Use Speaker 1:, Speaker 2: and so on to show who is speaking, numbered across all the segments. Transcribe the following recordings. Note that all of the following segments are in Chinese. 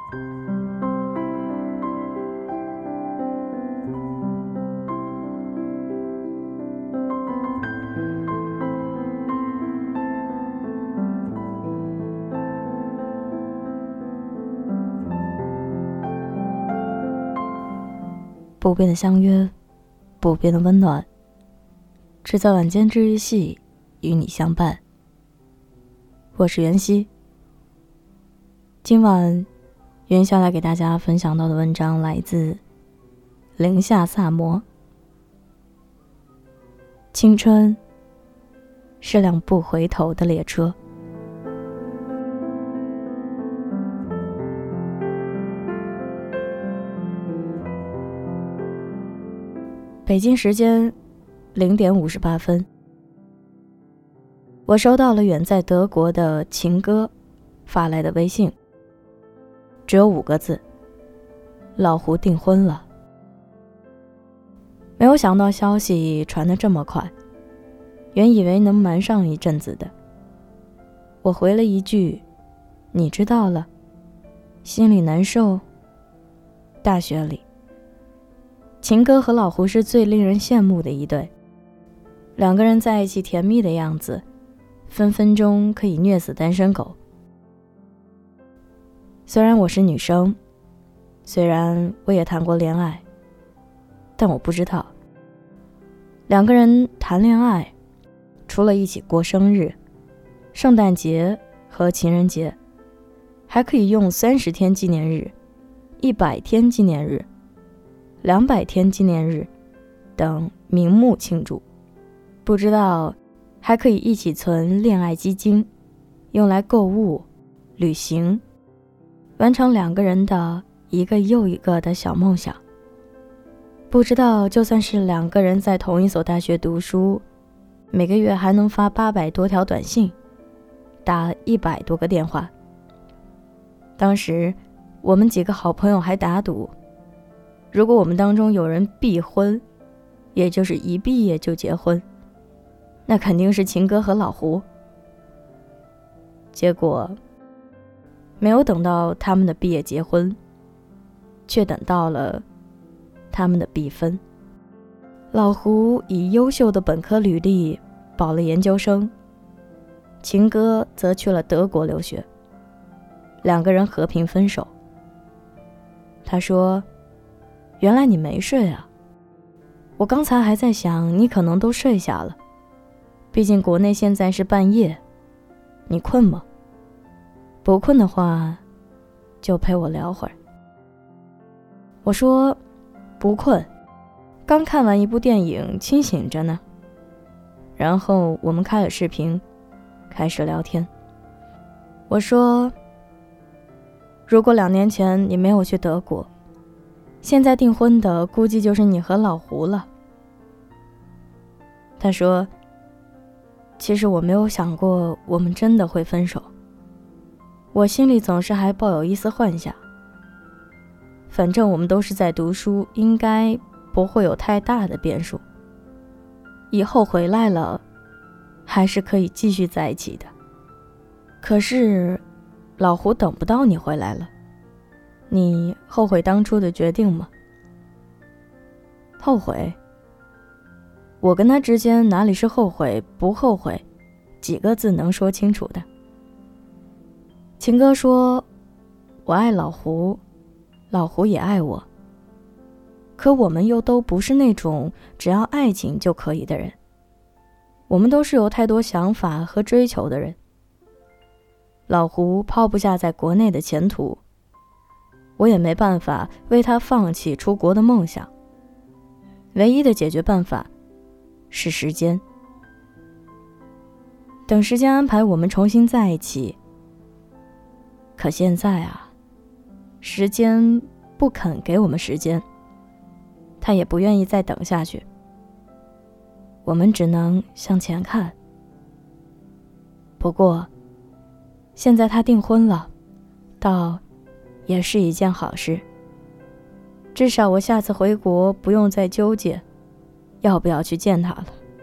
Speaker 1: 不变的相约，不变的温暖，只在晚间治愈系与你相伴。我是袁熙。今晚袁熙来给大家分享到的文章来自零下萨摩。青春是辆不回头的列车。北京时间0点58分，我收到了远在德国的情哥发来的微信，只有5个字：老胡订婚了。没有想到消息传得这么快，原以为能瞒上一阵子的。我回了一句：你知道了，心里难受。大学里，情哥和老胡是最令人羡慕的一对，2个人在一起甜蜜的样子，分分钟可以虐死单身狗。虽然我是女生，虽然我也谈过恋爱，但我不知道，2个人谈恋爱，除了一起过生日、圣诞节和情人节，还可以用30天纪念日、100天纪念日、200天纪念日等名目庆祝。不知道还可以一起存恋爱基金，用来购物、旅行，完成2个人的一个又一个的小梦想。不知道就算是2个人在同一所大学读书，每个月还能发800多条短信，打100多个电话。当时我们几个好朋友还打赌，如果我们当中有人必婚，也就是一毕业就结婚，那肯定是情哥和老胡。结果没有等到他们的毕业结婚，却等到了他们的毕分。老胡以优秀的本科履历保了研究生，情哥则去了德国留学，2个人和平分手。他说：原来你没睡啊，我刚才还在想你可能都睡下了，毕竟国内现在是半夜，你困吗？不困的话就陪我聊会儿。我说不困，刚看完一部电影，清醒着呢。然后我们开了视频，开始聊天。我说，如果2年前你没有去德国，现在订婚的估计就是你和老胡了。他说，其实我没有想过我们真的会分手，我心里总是还抱有一丝幻想，反正我们都是在读书，应该不会有太大的变数，以后回来了还是可以继续在一起的。可是老胡等不到你回来了，你后悔当初的决定吗？后悔？我跟他之间哪里是后悔不后悔，几个字能说清楚的。情哥说，我爱老胡，老胡也爱我，可我们又都不是那种只要爱情就可以的人，我们都是有太多想法和追求的人。老胡抛不下在国内的前途，我也没办法为他放弃出国的梦想，唯一的解决办法是时间。等时间安排我们重新在一起，可现在啊，时间不肯给我们时间，他也不愿意再等下去，我们只能向前看。不过现在他订婚了，倒也是一件好事，至少我下次回国不用再纠结要不要去见他了。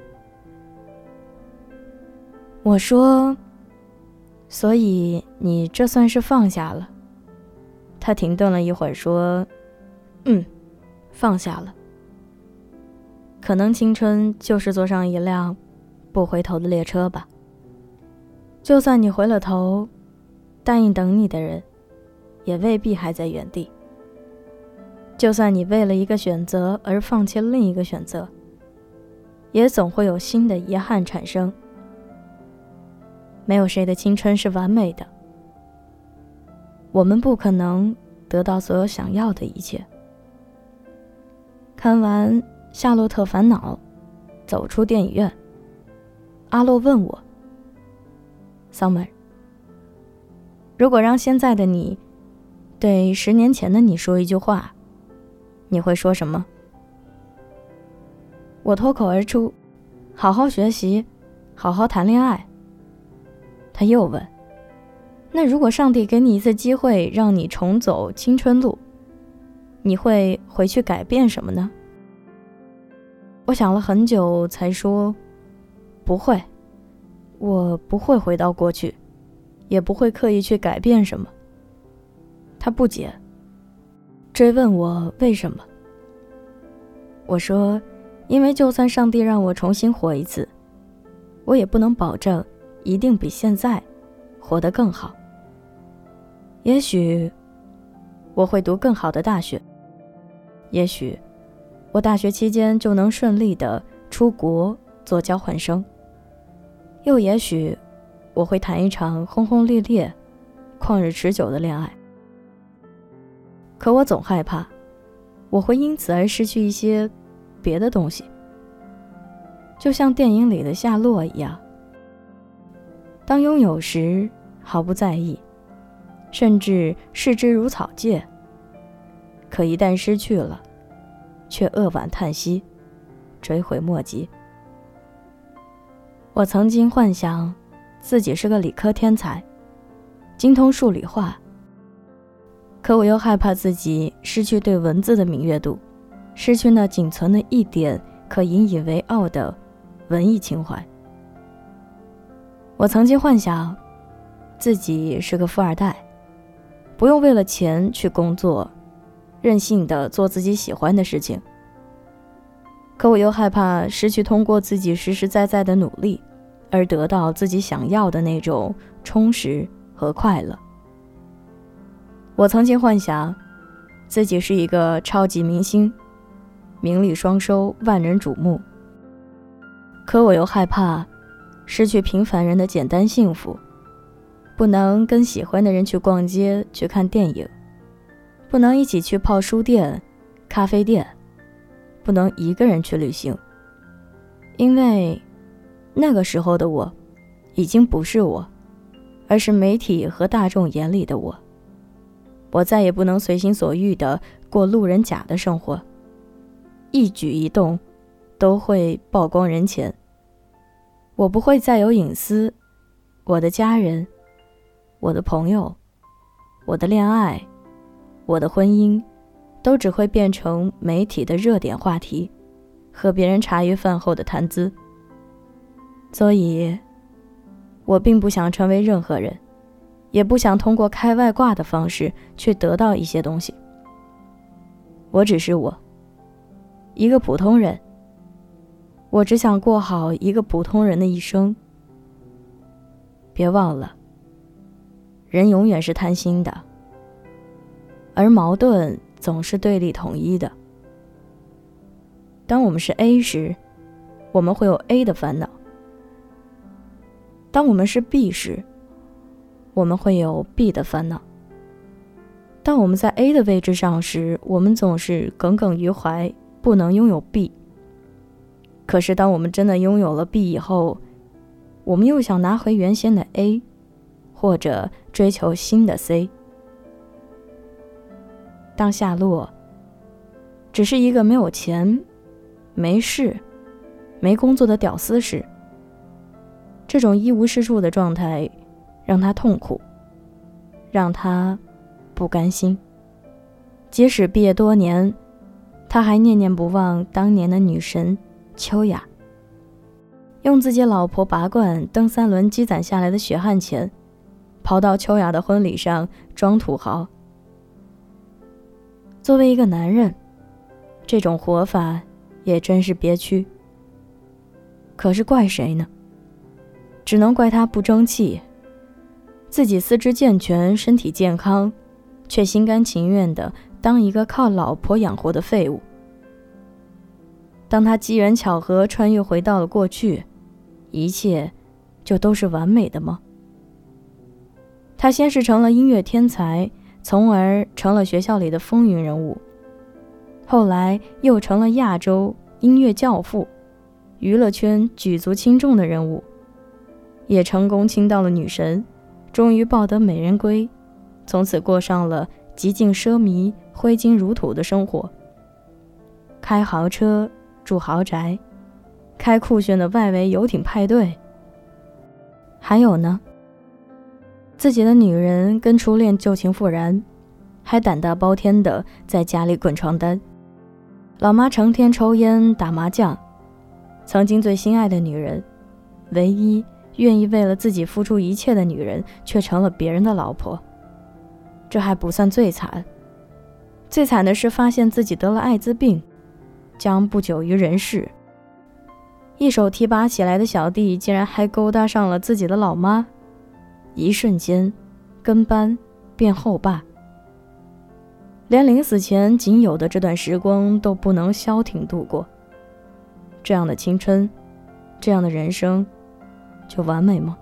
Speaker 1: 我说，所以你这算是放下了？ 他停顿了一会儿说，放下了。可能青春就是坐上一辆不回头的列车吧。就算你回了头，答应等你的人也未必还在原地。就算你为了一个选择而放弃了另一个选择，也总会有新的遗憾产生。没有谁的青春是完美的，我们不可能得到所有想要的一切。看完《夏洛特烦恼》，走出电影院，阿洛问我 Summer， 如果让现在的你对10年前的你说一句话，你会说什么？我脱口而出，好好学习，好好谈恋爱。他又问，那如果上帝给你一次机会让你重走青春路，你会回去改变什么呢？我想了很久才说，不会，我不会回到过去，也不会刻意去改变什么。他不解，追问我为什么。我说，因为就算上帝让我重新活一次，我也不能保证一定比现在活得更好。也许我会读更好的大学，也许我大学期间就能顺利地出国做交换生，又也许我会谈一场轰轰烈烈、旷日持久的恋爱。可我总害怕我会因此而失去一些别的东西，就像电影里的夏洛一样，当拥有时毫不在意，甚至视之如草芥，可一旦失去了，却扼腕叹息，追悔莫及。我曾经幻想自己是个理科天才，精通数理化，可我又害怕自己失去对文字的敏锐度，失去那仅存的一点可引以为傲的文艺情怀。我曾经幻想自己是个富二代，不用为了钱去工作，任性地做自己喜欢的事情。可我又害怕失去通过自己实实在在的努力而得到自己想要的那种充实和快乐。我曾经幻想自己是一个超级明星，名利双收，万人瞩目。可我又害怕失去平凡人的简单幸福，不能跟喜欢的人去逛街，去看电影，不能一起去泡书店、咖啡店，不能一个人去旅行。因为那个时候的我已经不是我，而是媒体和大众眼里的我。我再也不能随心所欲地过路人甲的生活，一举一动都会曝光人前。我不会再有隐私，我的家人，我的朋友，我的恋爱，我的婚姻，都只会变成媒体的热点话题，和别人茶余饭后的谈资。所以，我并不想成为任何人，也不想通过开外挂的方式去得到一些东西。我只是我，一个普通人。我只想过好一个普通人的一生。别忘了，人永远是贪心的，而矛盾总是对立统一的。当我们是 A 时，我们会有 A 的烦恼；当我们是 B 时，我们会有 B 的烦恼。当我们在 A 的位置上时，我们总是耿耿于怀，不能拥有 B。可是当我们真的拥有了 B 以后，我们又想拿回原先的 A， 或者追求新的 C。 当夏洛只是一个没有钱、没事、没工作的屌丝时，这种一无是处的状态让他痛苦，让他不甘心。即使毕业多年，他还念念不忘当年的女神秋雅，用自己老婆拔罐蹬3轮积攒下来的血汗钱，跑到秋雅的婚礼上装土豪， 作为一个男人，这种活法也真是憋屈。可是怪谁呢？只能怪他不争气，自己四肢健全，身体健康，却心甘情愿地当一个靠老婆养活的废物。当他机缘巧合穿越回到了过去，一切就都是完美的吗？他先是成了音乐天才，从而成了学校里的风云人物，后来又成了亚洲音乐教父，娱乐圈举足轻重的人物，也成功亲到了女神，终于抱得美人归，从此过上了极尽奢靡、挥金如土的生活，开豪车，住豪宅，开酷炫的外围游艇派对。还有呢，自己的女人跟初恋旧情复燃，还胆大包天的在家里滚床单。老妈成天抽烟打麻将，曾经最心爱的女人，唯一愿意为了自己付出一切的女人，却成了别人的老婆。这还不算最惨，最惨的是发现自己得了艾滋病，将不久于人世。一手提拔起来的小弟竟然还勾搭上了自己的老妈，一瞬间跟班变后爸，连临死前仅有的这段时光都不能消停度过。这样的青春，这样的人生，就完美吗？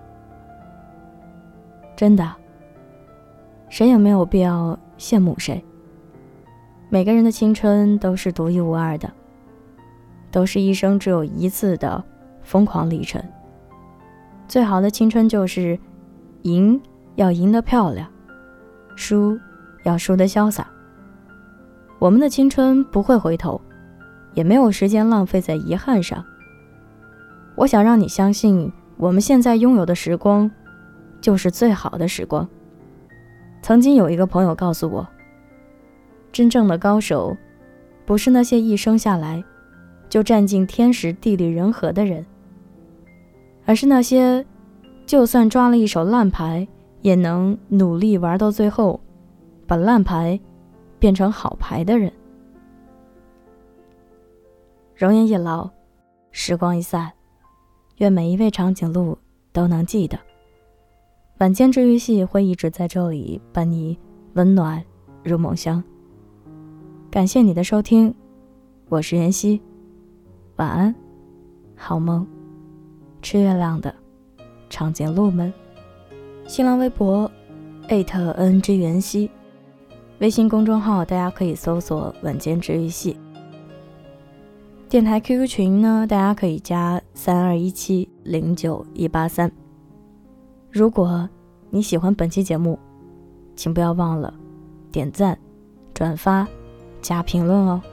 Speaker 1: 真的，谁也没有必要羡慕谁。每个人的青春都是独一无二的，都是一生只有一次的疯狂历程。最好的青春就是赢要赢得漂亮，输要输得潇洒。我们的青春不会回头，也没有时间浪费在遗憾上。我想让你相信，我们现在拥有的时光就是最好的时光。曾经有一个朋友告诉我，真正的高手不是那些一生下来就占尽天时地利人和的人，而是那些就算抓了一手烂牌，也能努力玩到最后，把烂牌变成好牌的人。容颜一老，时光一散，愿每一位长颈鹿都能记得，晚间治愈系会一直在这里伴你温暖入梦乡。感谢你的收听，我是妍希，晚安，好梦，吃月亮的长颈鹿们。新浪微博@NG 妍希，微信公众号大家可以搜索晚间治愈系。电台 QQ 群呢，大家可以加3217098183。如果你喜欢本期节目，请不要忘了点赞、转发、加评论哦。